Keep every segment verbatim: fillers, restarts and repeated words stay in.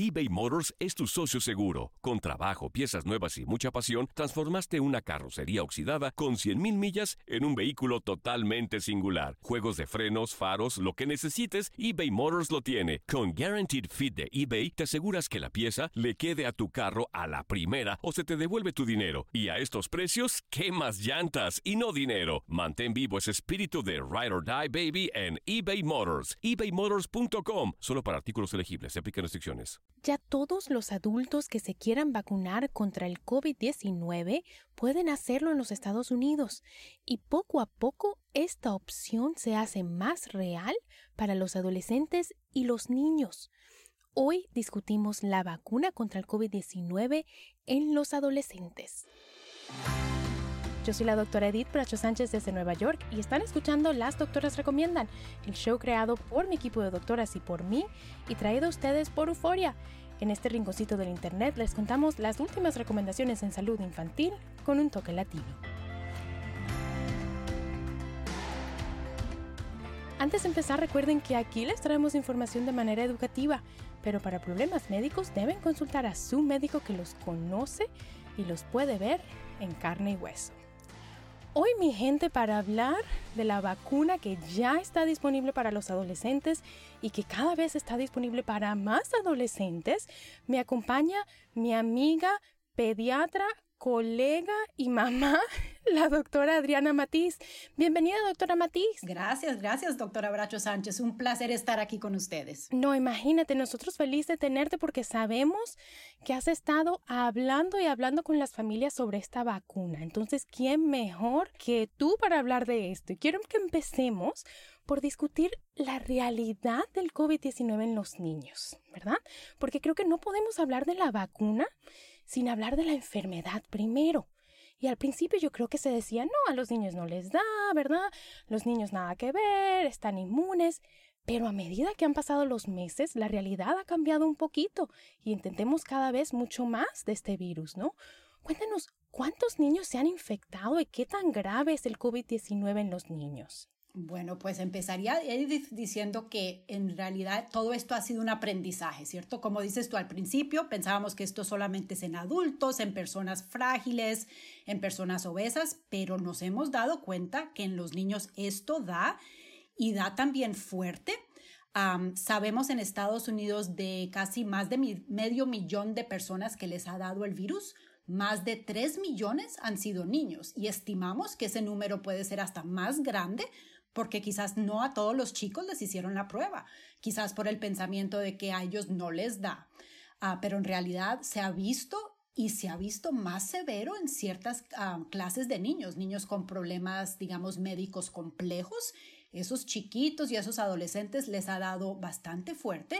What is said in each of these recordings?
eBay Motors es tu socio seguro. Con trabajo, piezas nuevas y mucha pasión, transformaste una carrocería oxidada con cien mil millas en un vehículo totalmente singular. Juegos de frenos, faros, lo que necesites, eBay Motors lo tiene. Con Guaranteed Fit de eBay, te aseguras que la pieza le quede a tu carro a la primera o se te devuelve tu dinero. Y a estos precios, ¿qué más llantas y no dinero? Mantén vivo ese espíritu de Ride or Die, baby, en eBay Motors. ebay motors punto com. Solo para artículos elegibles. Se aplican restricciones. Ya todos los adultos que se quieran vacunar contra el COVID diecinueve pueden hacerlo en los Estados Unidos. Y poco a poco esta opción se hace más real para los adolescentes y los niños. Hoy discutimos la vacuna contra el COVID diecinueve en los adolescentes. Yo soy la doctora Edith Bracho Sánchez desde Nueva York y están escuchando Las Doctoras Recomiendan, el show creado por mi equipo de doctoras y por mí y traído a ustedes por Euforia. En este rinconcito del internet les contamos las últimas recomendaciones en salud infantil con un toque latino. Antes de empezar, recuerden que aquí les traemos información de manera educativa, pero para problemas médicos deben consultar a su médico que los conoce y los puede ver en carne y hueso. Hoy, mi gente, para hablar de la vacuna que ya está disponible para los adolescentes y que cada vez está disponible para más adolescentes, me acompaña mi amiga, pediatra, colega y mamá, la doctora Adriana Matiz. Bienvenida, doctora Matiz. Gracias, gracias, doctora Bracho Sánchez. Un placer estar aquí con ustedes. No, imagínate, nosotros felices de tenerte porque sabemos que has estado hablando y hablando con las familias sobre esta vacuna. Entonces, ¿quién mejor que tú para hablar de esto? Y quiero que empecemos por discutir la realidad del COVID diecinueve en los niños, ¿verdad? Porque creo que no podemos hablar de la vacuna sin hablar de la enfermedad primero. Y al principio yo creo que se decía, no, a los niños no les da, ¿verdad? Los niños nada que ver, están inmunes. Pero a medida que han pasado los meses, la realidad ha cambiado un poquito y entendemos cada vez mucho más de este virus, ¿no? Cuéntanos, ¿cuántos niños se han infectado y qué tan grave es el COVID diecinueve en los niños? Bueno, pues empezaría diciendo que en realidad todo esto ha sido un aprendizaje, ¿cierto? Como dices tú al principio, pensábamos que esto solamente es en adultos, en personas frágiles, en personas obesas, pero nos hemos dado cuenta que en los niños esto da y da también fuerte. Um, sabemos en Estados Unidos de casi más de mi, medio millón de personas que les ha dado el virus. Más de tres millones han sido niños y estimamos que ese número puede ser hasta más grande porque quizás no a todos los chicos les hicieron la prueba, quizás por el pensamiento de que a ellos no les da. Uh, pero en realidad se ha visto y se ha visto más severo en ciertas uh, clases de niños, niños con problemas, digamos, médicos complejos. Esos chiquitos y esos adolescentes les ha dado bastante fuerte.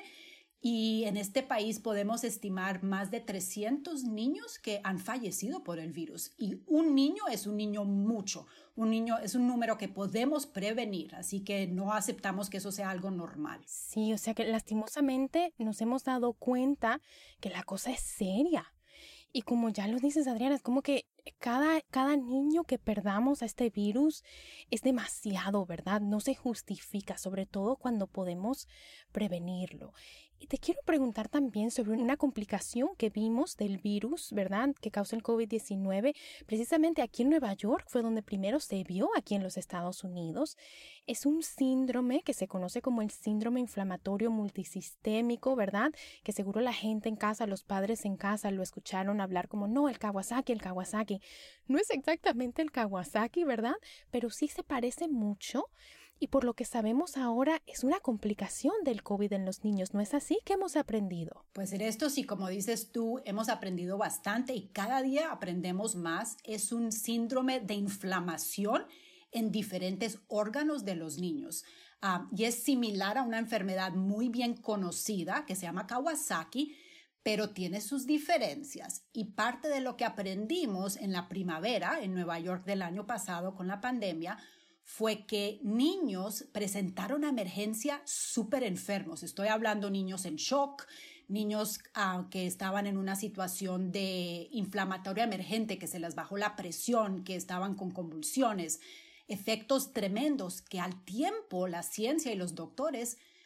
Y en este país podemos estimar más de trescientos niños que han fallecido por el virus. Y un niño es un niño mucho. Un niño es un número que podemos prevenir. Así que no aceptamos que eso sea algo normal. Sí, o sea que lastimosamente nos hemos dado cuenta que la cosa es seria. Y como ya lo dices, Adriana, es como que cada, cada niño que perdamos a este virus es demasiado, ¿verdad? No se justifica, sobre todo cuando podemos prevenirlo. Y te quiero preguntar también sobre una complicación que vimos del virus, ¿verdad? Que causa el COVID diecinueve. Precisamente aquí en Nueva York fue donde primero se vio aquí en los Estados Unidos. Es un síndrome que se conoce como el síndrome inflamatorio multisistémico, ¿verdad? Que seguro la gente en casa, los padres en casa lo escucharon hablar como, no, el Kawasaki, el Kawasaki. No es exactamente el Kawasaki, ¿verdad? Pero sí se parece mucho y por lo que sabemos ahora es una complicación del COVID en los niños. ¿No es así? ¿Qué hemos aprendido? Pues en esto sí, como dices tú, hemos aprendido bastante y cada día aprendemos más. Es un síndrome de inflamación en diferentes órganos de los niños. Uh, y es similar a una enfermedad muy bien conocida que se llama Kawasaki, pero tiene sus diferencias. Y parte de lo que aprendimos en la primavera en Nueva York del año pasado con la pandemia fue que niños presentaron una emergencia súper enfermos. Estoy hablando niños en shock, niños uh, que estaban en una situación de inflamatoria emergente, que se les bajó la presión, que estaban con convulsiones, efectos tremendos que al tiempo la ciencia y los doctores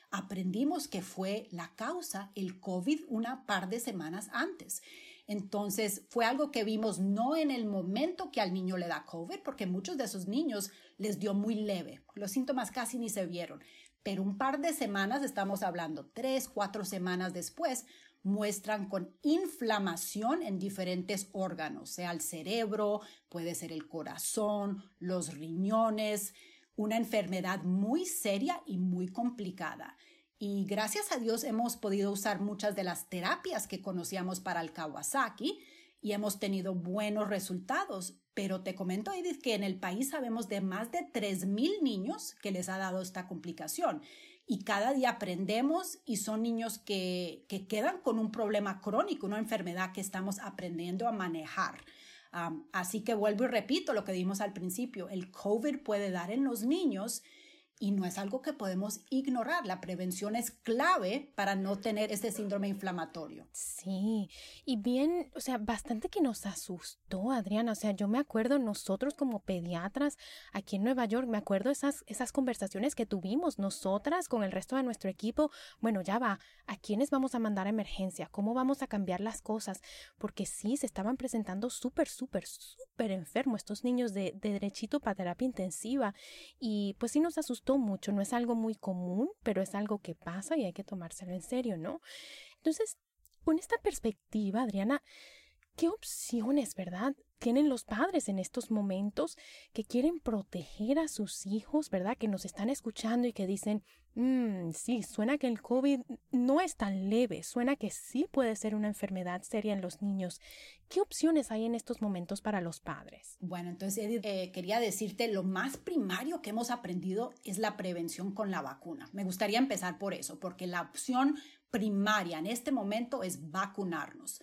aprendimos que fue la causa el COVID una par de semanas antes. Entonces, fue algo que vimos no en el momento que al niño le da COVID, porque muchos de esos niños les dio muy leve. Los síntomas casi ni se vieron. Pero un par de semanas, estamos hablando tres, cuatro semanas después, muestran con inflamación en diferentes órganos, sea el cerebro, puede ser el corazón, los riñones, una enfermedad muy seria y muy complicada. Y gracias a Dios hemos podido usar muchas de las terapias que conocíamos para el Kawasaki y hemos tenido buenos resultados. Pero te comento, Edith, que en el país sabemos de más de tres mil niños que les ha dado esta complicación. Y cada día aprendemos y son niños que, que quedan con un problema crónico, una enfermedad que estamos aprendiendo a manejar. Um, así que vuelvo y repito lo que dijimos al principio, el COVID puede dar en los niños y no es algo que podemos ignorar. La prevención es clave para no tener este síndrome inflamatorio. Sí, y bien, o sea, bastante que nos asustó, Adriana. O sea, yo me acuerdo nosotros como pediatras aquí en Nueva York, me acuerdo esas, esas conversaciones que tuvimos nosotras con el resto de nuestro equipo. Bueno, ya va, ¿a quiénes vamos a mandar a emergencia? ¿Cómo vamos a cambiar las cosas? Porque sí, se estaban presentando súper, súper, súper enfermos estos niños de, de derechito para terapia intensiva. Y pues sí nos asustó mucho, no es algo muy común, pero es algo que pasa y hay que tomárselo en serio, ¿no? Entonces, con esta perspectiva, Adriana, ¿qué opciones, verdad, tienen los padres en estos momentos que quieren proteger a sus hijos, verdad, que nos están escuchando y que dicen, mmm, sí, suena que el COVID no es tan leve, suena que sí puede ser una enfermedad seria en los niños? ¿Qué opciones hay en estos momentos para los padres? Bueno, entonces, Edith, eh, quería decirte, lo más primario que hemos aprendido es la prevención con la vacuna. Me gustaría empezar por eso, porque la opción primaria en este momento es vacunarnos.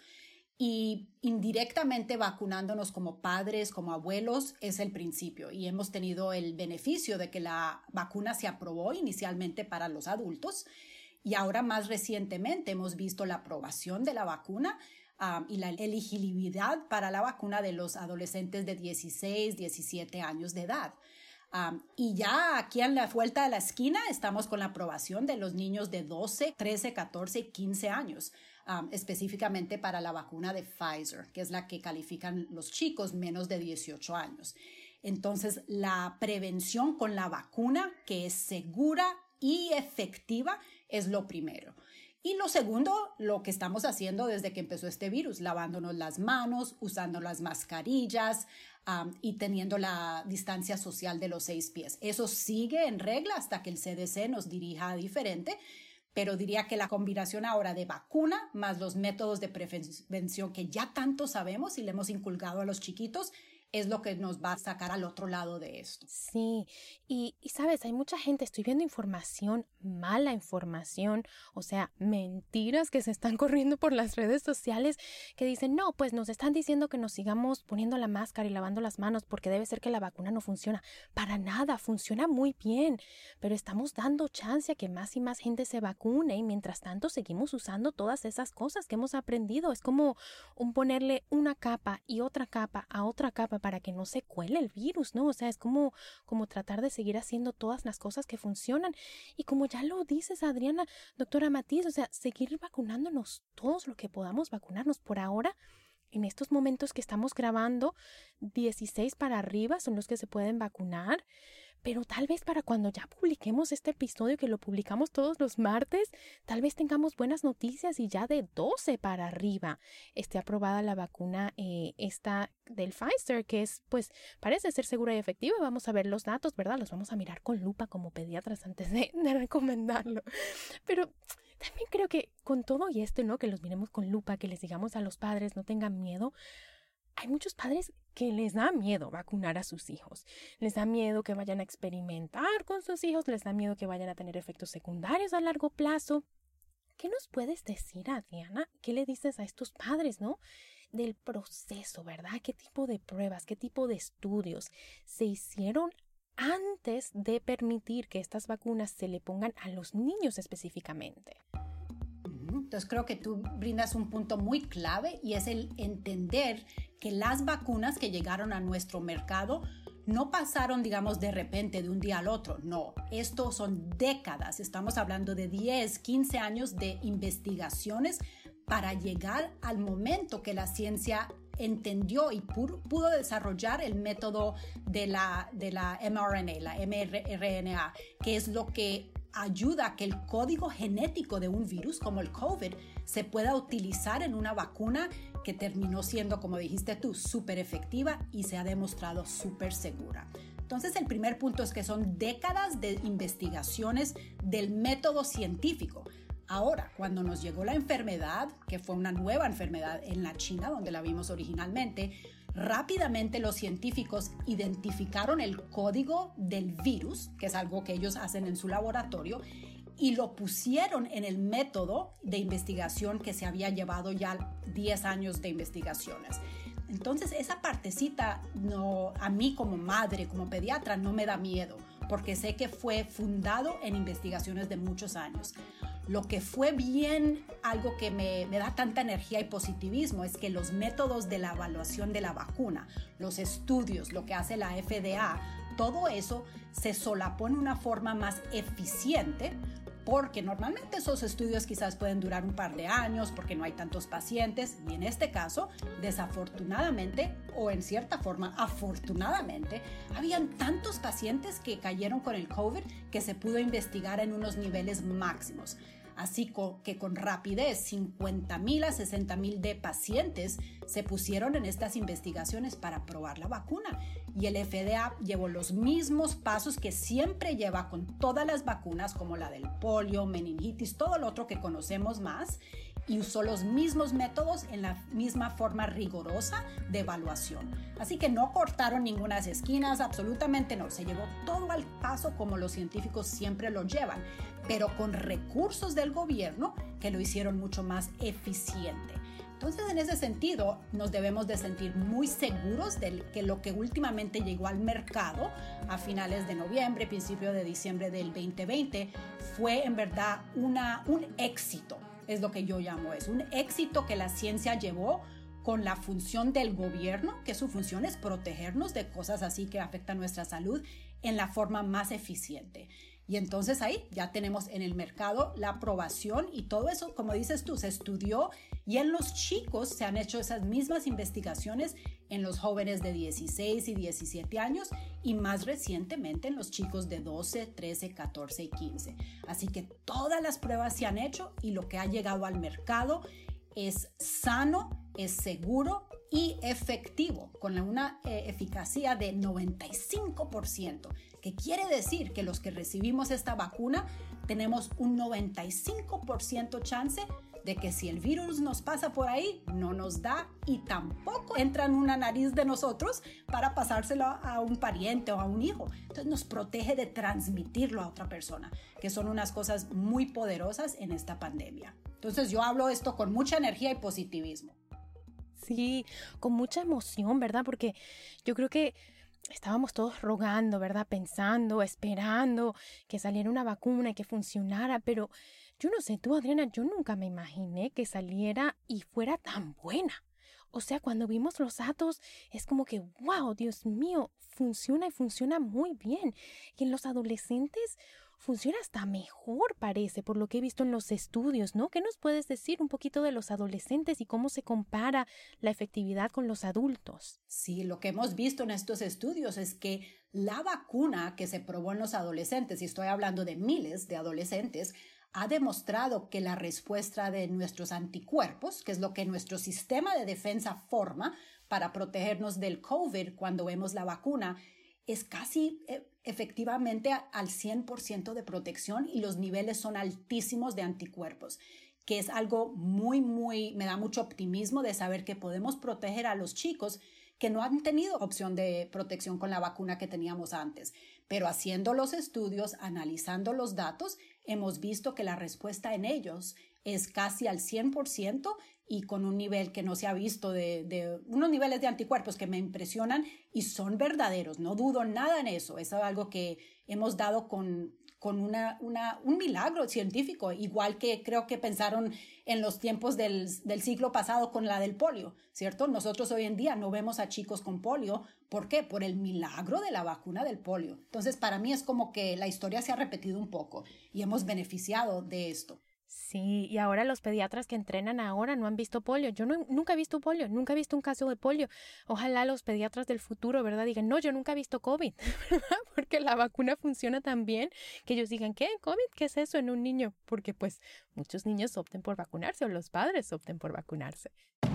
Y indirectamente vacunándonos como padres, como abuelos, es el principio. Y hemos tenido el beneficio de que la vacuna se aprobó inicialmente para los adultos y ahora más recientemente hemos visto la aprobación de la vacuna um, y la elegibilidad para la vacuna de los adolescentes de dieciséis, diecisiete años de edad. Um, y ya aquí en la vuelta de la esquina estamos con la aprobación de los niños de doce, trece, catorce y quince años. Um, específicamente para la vacuna de Pfizer, que es la que califican los chicos menos de dieciocho años. Entonces, la prevención con la vacuna, que es segura y efectiva, es lo primero. Y lo segundo, lo que estamos haciendo desde que empezó este virus, lavándonos las manos, usando las mascarillas um, y teniendo la distancia social de los seis pies. Eso sigue en regla hasta que el C D C nos dirija diferente. Pero diría que la combinación ahora de vacuna más los métodos de prevención que ya tanto sabemos y le hemos inculcado a los chiquitos es lo que nos va a sacar al otro lado de esto. Sí, y, y sabes, hay mucha gente, estoy viendo información, mala información, o sea, mentiras que se están corriendo por las redes sociales que dicen, no, pues nos están diciendo que nos sigamos poniendo la máscara y lavando las manos porque debe ser que la vacuna no funciona. Para nada, funciona muy bien, pero estamos dando chance a que más y más gente se vacune y mientras tanto seguimos usando todas esas cosas que hemos aprendido. Es como un ponerle una capa y otra capa a otra capa para que no se cuele el virus, ¿no? O sea, es como, como tratar de seguir haciendo todas las cosas que funcionan. Y como ya lo dices, Adriana, doctora Matiz, o sea, seguir vacunándonos todos lo que podamos vacunarnos por ahora. En estos momentos que estamos grabando, dieciséis para arriba son los que se pueden vacunar. Pero tal vez para cuando ya publiquemos este episodio, que lo publicamos todos los martes, tal vez tengamos buenas noticias y ya de doce para arriba esté aprobada la vacuna eh, esta del Pfizer, que es, pues, parece ser segura y efectiva. Vamos a ver los datos, ¿verdad? Los vamos a mirar con lupa como pediatras antes de, de recomendarlo. Pero también creo que con todo y esto, ¿no? Que los miremos con lupa, que les digamos a los padres no tengan miedo. Hay muchos padres que les da miedo vacunar a sus hijos. Les da miedo que vayan a experimentar con sus hijos, les da miedo que vayan a tener efectos secundarios a largo plazo. ¿Qué nos puedes decir, Adriana? ¿Qué le dices a estos padres, no? Del proceso, ¿verdad? ¿Qué tipo de pruebas, qué tipo de estudios se hicieron antes de permitir que estas vacunas se le pongan a los niños específicamente? Entonces creo que tú brindas un punto muy clave y es el entender que las vacunas que llegaron a nuestro mercado no pasaron, digamos, de repente de un día al otro. No, esto son décadas. Estamos hablando de diez, quince años de investigaciones para llegar al momento que la ciencia entendió y pudo desarrollar el método de la, de la mRNA, la mRNA, que es lo que ayuda a que el código genético de un virus como el COVID se pueda utilizar en una vacuna que terminó siendo, como dijiste tú, súper efectiva y se ha demostrado súper segura. Entonces, el primer punto es que son décadas de investigaciones del método científico. Ahora, cuando nos llegó la enfermedad, que fue una nueva enfermedad en la China, donde la vimos originalmente, rápidamente los científicos identificaron el código del virus, que es algo que ellos hacen en su laboratorio, y lo pusieron en el método de investigación que se había llevado ya diez años de investigaciones. Entonces, esa partecita no, a mí como madre, como pediatra, no me da miedo, porque sé que fue fundado en investigaciones de muchos años. Lo que fue bien, algo que me, me da tanta energía y positivismo, es que los métodos de la evaluación de la vacuna, los estudios, lo que hace la F D A, todo eso se solapó en una forma más eficiente, porque normalmente esos estudios quizás pueden durar un par de años porque no hay tantos pacientes, y en este caso, desafortunadamente, o en cierta forma afortunadamente, habían tantos pacientes que cayeron con el COVID que se pudo investigar en unos niveles máximos. Así que con rapidez cincuenta mil a sesenta mil de pacientes se pusieron en estas investigaciones para probar la vacuna, y el F D A llevó los mismos pasos que siempre lleva con todas las vacunas, como la del polio, meningitis, todo lo otro que conocemos más, y usó los mismos métodos en la misma forma rigurosa de evaluación. Así que no cortaron ninguna esquinas, absolutamente no. Se llevó todo al paso como los científicos siempre lo llevan, pero con recursos del gobierno que lo hicieron mucho más eficiente. Entonces, en ese sentido, nos debemos de sentir muy seguros de que lo que últimamente llegó al mercado a finales de noviembre, principio de diciembre del veinte veinte, fue en verdad una, un éxito. Es lo que yo llamo eso, un éxito que la ciencia llevó con la función del gobierno, que su función es protegernos de cosas así que afectan nuestra salud en la forma más eficiente. Y entonces ahí ya tenemos en el mercado la aprobación, y todo eso, como dices tú, se estudió, y en los chicos se han hecho esas mismas investigaciones en los jóvenes de dieciséis y diecisiete años, y más recientemente en los chicos de doce, trece, catorce y quince. Así que todas las pruebas se han hecho, y lo que ha llegado al mercado es sano, es seguro y efectivo, con una eh, eficacia de noventa y cinco por ciento, que quiere decir que los que recibimos esta vacuna tenemos un noventa y cinco por ciento chance de que si el virus nos pasa por ahí, no nos da, y tampoco entra en una nariz de nosotros para pasárselo a un pariente o a un hijo. Entonces nos protege de transmitirlo a otra persona, que son unas cosas muy poderosas en esta pandemia. Entonces yo hablo esto con mucha energía y positivismo. Sí, con mucha emoción, ¿verdad? Porque yo creo que estábamos todos rogando, ¿verdad? Pensando, esperando que saliera una vacuna y que funcionara, pero yo no sé tú, Adriana, yo nunca me imaginé que saliera y fuera tan buena. O sea, cuando vimos los datos, es como que, wow, Dios mío, funciona y funciona muy bien. Y en los adolescentes funciona hasta mejor, parece, por lo que he visto en los estudios, ¿no? ¿Qué nos puedes decir un poquito de los adolescentes y cómo se compara la efectividad con los adultos? Sí, lo que hemos visto en estos estudios es que la vacuna que se probó en los adolescentes, y estoy hablando de miles de adolescentes, ha demostrado que la respuesta de nuestros anticuerpos, que es lo que nuestro sistema de defensa forma para protegernos del COVID cuando vemos la vacuna, es casi eh, efectivamente al cien por ciento de protección, y los niveles son altísimos de anticuerpos, que es algo muy, muy, me da mucho optimismo de saber que podemos proteger a los chicos que no han tenido opción de protección con la vacuna que teníamos antes. Pero haciendo los estudios, analizando los datos, hemos visto que la respuesta en ellos es casi al cien por ciento, y con un nivel que no se ha visto, de, de unos niveles de anticuerpos que me impresionan y son verdaderos. No dudo nada en eso. Es algo que hemos dado con, con una, una, un milagro científico, igual que creo que pensaron en los tiempos del, del siglo pasado con la del polio, ¿cierto? Nosotros hoy en día no vemos a chicos con polio. ¿Por qué? Por el milagro de la vacuna del polio. Entonces, para mí es como que la historia se ha repetido un poco y hemos beneficiado de esto. Sí, y ahora los pediatras que entrenan ahora no han visto polio. Yo no, nunca he visto polio, nunca he visto un caso de polio. Ojalá los pediatras del futuro, ¿verdad? Digan, no, yo nunca he visto COVID, ¿verdad? Porque la vacuna funciona tan bien que ellos digan, ¿qué? ¿COVID? ¿Qué es eso en un niño? Porque pues muchos niños opten por vacunarse o los padres opten por vacunarse.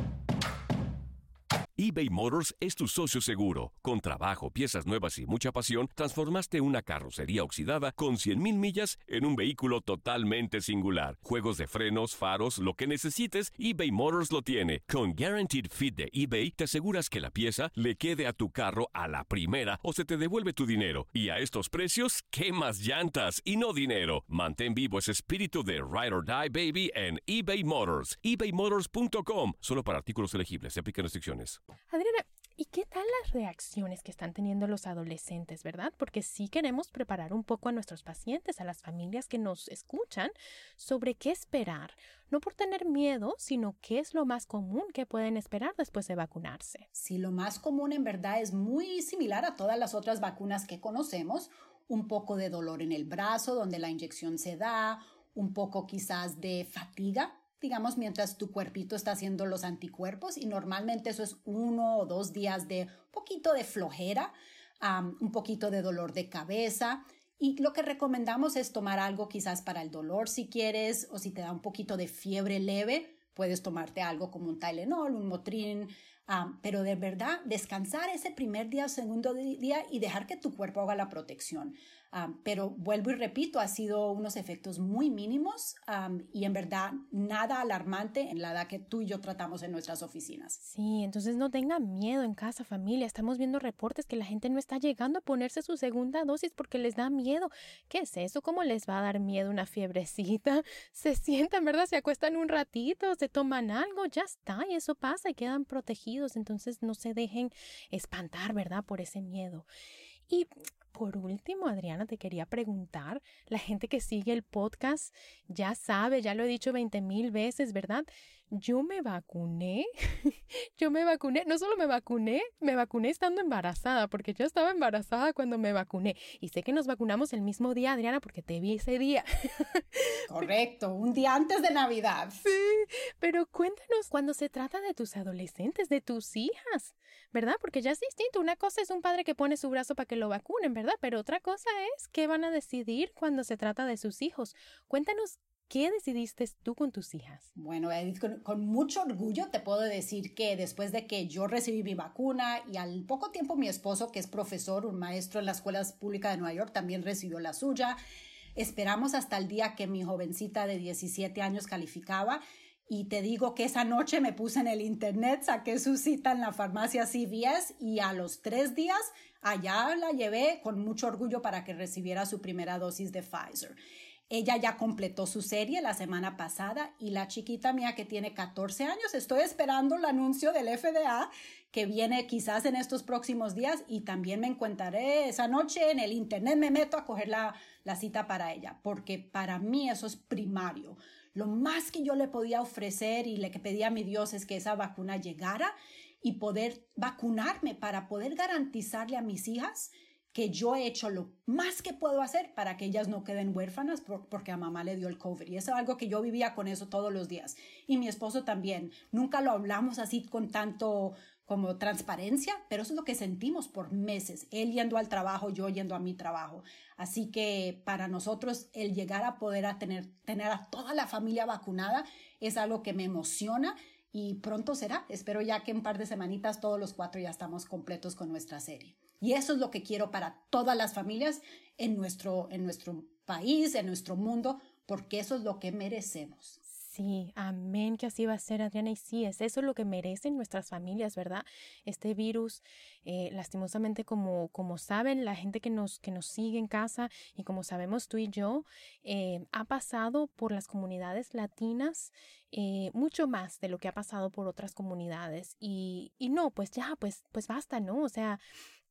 eBay Motors es tu socio seguro. Con trabajo, piezas nuevas y mucha pasión, transformaste una carrocería oxidada con cien mil millas en un vehículo totalmente singular. Juegos de frenos, faros, lo que necesites, eBay Motors lo tiene. Con Guaranteed Fit de eBay, te aseguras que la pieza le quede a tu carro a la primera o se te devuelve tu dinero. Y a estos precios, ¿qué más llantas y no dinero? Mantén vivo ese espíritu de Ride or Die, baby, en eBay Motors. ebay motors punto com. Solo para artículos elegibles. Se aplican restricciones. Adriana, ¿y qué tal las reacciones que están teniendo los adolescentes, verdad? Porque sí queremos preparar un poco a nuestros pacientes, a las familias que nos escuchan, sobre qué esperar. No por tener miedo, sino qué es lo más común que pueden esperar después de vacunarse. Sí, lo más común en verdad es muy similar a todas las otras vacunas que conocemos. Un poco de dolor en el brazo donde la inyección se da, un poco quizás de fatiga, digamos, mientras tu cuerpito está haciendo los anticuerpos, y normalmente eso es uno o dos días de un poquito de flojera, um, un poquito de dolor de cabeza, y lo que recomendamos es tomar algo quizás para el dolor si quieres, o si te da un poquito de fiebre leve, puedes tomarte algo como un Tylenol, un Motrin, um, pero de verdad descansar ese primer día, segundo día y dejar que tu cuerpo haga la protección. Um, pero vuelvo y repito, ha sido unos efectos muy mínimos um, y en verdad nada alarmante en la edad que tú y yo tratamos en nuestras oficinas. Sí, entonces no tengan miedo en casa, familia. Estamos viendo reportes que la gente no está llegando a ponerse su segunda dosis porque les da miedo. ¿Qué es eso? ¿Cómo les va a dar miedo una fiebrecita? Se sientan, ¿verdad? Se acuestan un ratito, se toman algo, ya está, y eso pasa y quedan protegidos. Entonces no se dejen espantar, ¿verdad? Por ese miedo. Y por último, Adriana, te quería preguntar, la gente que sigue el podcast ya sabe, ya lo he dicho veinte mil veces, ¿verdad? Yo me vacuné, yo me vacuné, no solo me vacuné, me vacuné estando embarazada, porque yo estaba embarazada cuando me vacuné. Y sé que nos vacunamos el mismo día, Adriana, porque te vi ese día. Correcto, un día antes de Navidad. Sí, pero cuéntanos cuando se trata de tus adolescentes, de tus hijas, ¿verdad? Porque ya es distinto. Una cosa es un padre que pone su brazo para que lo vacunen, ¿verdad? Pero otra cosa es qué van a decidir cuando se trata de sus hijos. Cuéntanos, ¿qué decidiste tú con tus hijas? Bueno, Edith, con, con mucho orgullo te puedo decir que después de que yo recibí mi vacuna y al poco tiempo mi esposo, que es profesor, un maestro en la Escuela Pública de Nueva York, también recibió la suya, esperamos hasta el día que mi jovencita de diecisiete años calificaba. Y te digo que esa noche me puse en el internet, saqué su cita en la farmacia C V S y a los tres días allá la llevé con mucho orgullo para que recibiera su primera dosis de Pfizer. Ella ya completó su serie la semana pasada y la chiquita mía que tiene catorce años, estoy esperando el anuncio del F D A que viene quizás en estos próximos días y también me encontraré esa noche en el internet, me meto a coger la, la cita para ella, porque para mí eso es primario. Lo más que yo le podía ofrecer y le que pedía a mi Dios es que esa vacuna llegara y poder vacunarme para poder garantizarle a mis hijas que yo he hecho lo más que puedo hacer para que ellas no queden huérfanas por, porque a mamá le dio el COVID. Y eso es algo que yo vivía con eso todos los días. Y mi esposo también. Nunca lo hablamos así con tanto como transparencia, pero eso es lo que sentimos por meses. Él yendo al trabajo, yo yendo a mi trabajo. Así que para nosotros el llegar a poder a tener, tener a toda la familia vacunada es algo que me emociona y pronto será. Espero ya que en un par de semanitas todos los cuatro ya estamos completos con nuestra serie. Y eso es lo que quiero para todas las familias en nuestro, en nuestro país, en nuestro mundo, porque eso es lo que merecemos. Sí, amén, que así va a ser, Adriana, y sí, es eso lo que merecen nuestras familias, ¿verdad? Este virus, eh, lastimosamente, como, como saben la gente que nos, que nos sigue en casa y como sabemos tú y yo, eh, ha pasado por las comunidades latinas eh, mucho más de lo que ha pasado por otras comunidades y, y no, pues ya, pues, pues basta, ¿no? O sea,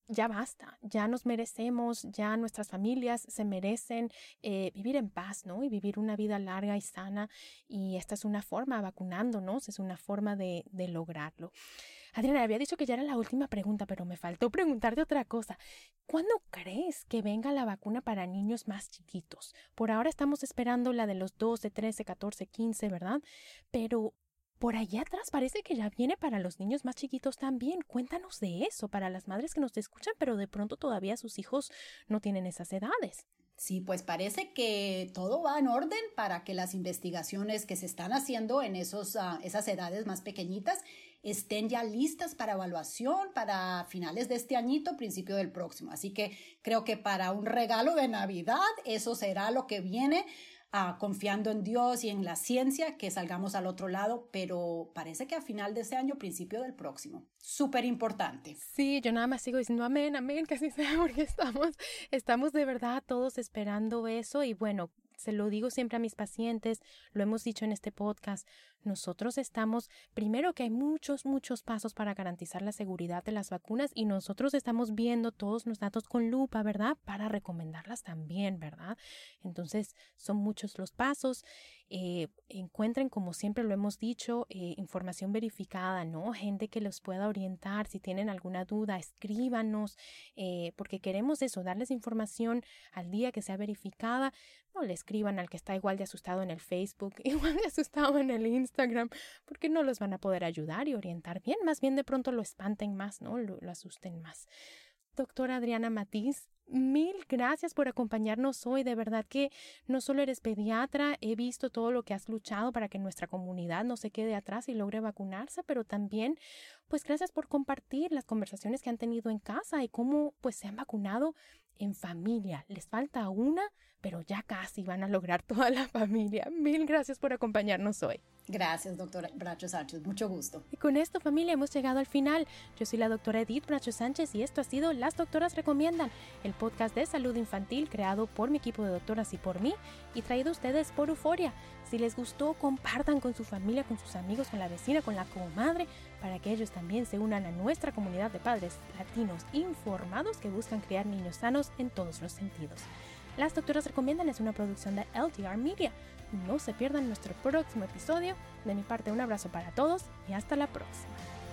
ya basta, ya nos merecemos, ya nuestras familias se merecen eh, vivir en paz, ¿no? Y vivir una vida larga y sana. Y esta es una forma, vacunándonos, es una forma de, de lograrlo. Adriana, había dicho que ya era la última pregunta, pero me faltó preguntarte otra cosa. ¿Cuándo crees que venga la vacuna para niños más chiquitos? Por ahora estamos esperando la de los doce, trece, catorce, quince, ¿verdad? Pero por allá atrás parece que ya viene para los niños más chiquitos también. Cuéntanos de eso, para las madres que nos escuchan, pero de pronto todavía sus hijos no tienen esas edades. Sí, pues parece que todo va en orden para que las investigaciones que se están haciendo en esos, uh, esas edades más pequeñitas estén ya listas para evaluación para finales de este añito, principio del próximo. Así que creo que para un regalo de Navidad eso será lo que viene, uh, confiando en Dios y en la ciencia, que salgamos al otro lado, pero parece que a final de este año, principio del próximo. Súper importante. Sí, yo nada más sigo diciendo amén, amén, que así sea, porque estamos, estamos de verdad todos esperando eso. Y bueno, se lo digo siempre a mis pacientes, lo hemos dicho en este podcast, nosotros estamos, primero que hay muchos, muchos pasos para garantizar la seguridad de las vacunas y nosotros estamos viendo todos los datos con lupa, ¿verdad? Para recomendarlas también, ¿verdad? Entonces, son muchos los pasos. Eh, encuentren, como siempre lo hemos dicho, eh, información verificada, ¿no? Gente que los pueda orientar. Si tienen alguna duda, escríbanos, eh, porque queremos eso, darles información al día que sea verificada. No le escriban al que está igual de asustado en el Facebook, igual de asustado en el Instagram, porque no los van a poder ayudar y orientar bien. Más bien de pronto lo espanten más, ¿no? Lo, lo asusten más. Doctora Adriana Matiz, mil gracias por acompañarnos hoy. De verdad que no solo eres pediatra, he visto todo lo que has luchado para que nuestra comunidad no se quede atrás y logre vacunarse, pero también, pues gracias por compartir las conversaciones que han tenido en casa y cómo pues se han vacunado en familia. Les falta una, pero ya casi van a lograr toda la familia. Mil gracias por acompañarnos hoy. Gracias, doctora Bracho Sánchez. Mucho gusto. Y con esto, familia, hemos llegado al final. Yo soy la doctora Edith Bracho Sánchez y esto ha sido Las Doctoras Recomiendan, el podcast de salud infantil creado por mi equipo de doctoras y por mí y traído a ustedes por Euforia. Si les gustó, compartan con su familia, con sus amigos, con la vecina, con la comadre, para que ellos también se unan a nuestra comunidad de padres latinos informados que buscan criar niños sanos en todos los sentidos. Las Doctoras Recomiendan es una producción de L T R Media. No se pierdan nuestro próximo episodio. De mi parte, un abrazo para todos y hasta la próxima.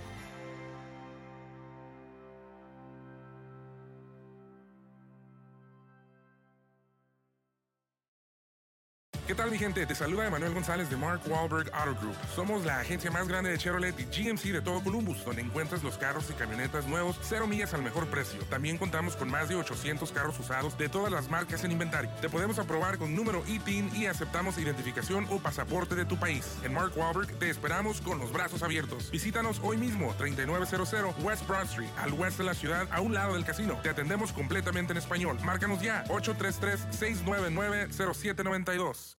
¿Qué tal, mi gente? Te saluda Emanuel González de Mark Wahlberg Auto Group. Somos la agencia más grande de Chevrolet y G M C de todo Columbus, donde encuentras los carros y camionetas nuevos, cero millas al mejor precio. También contamos con más de ochocientos carros usados de todas las marcas en inventario. Te podemos aprobar con número I T I N y aceptamos identificación o pasaporte de tu país. En Mark Wahlberg te esperamos con los brazos abiertos. Visítanos hoy mismo, treinta y nueve cero cero West Broad Street, al oeste de la ciudad, a un lado del casino. Te atendemos completamente en español. Márcanos ya, ocho tres tres, seis nueve nueve, cero siete nueve dos.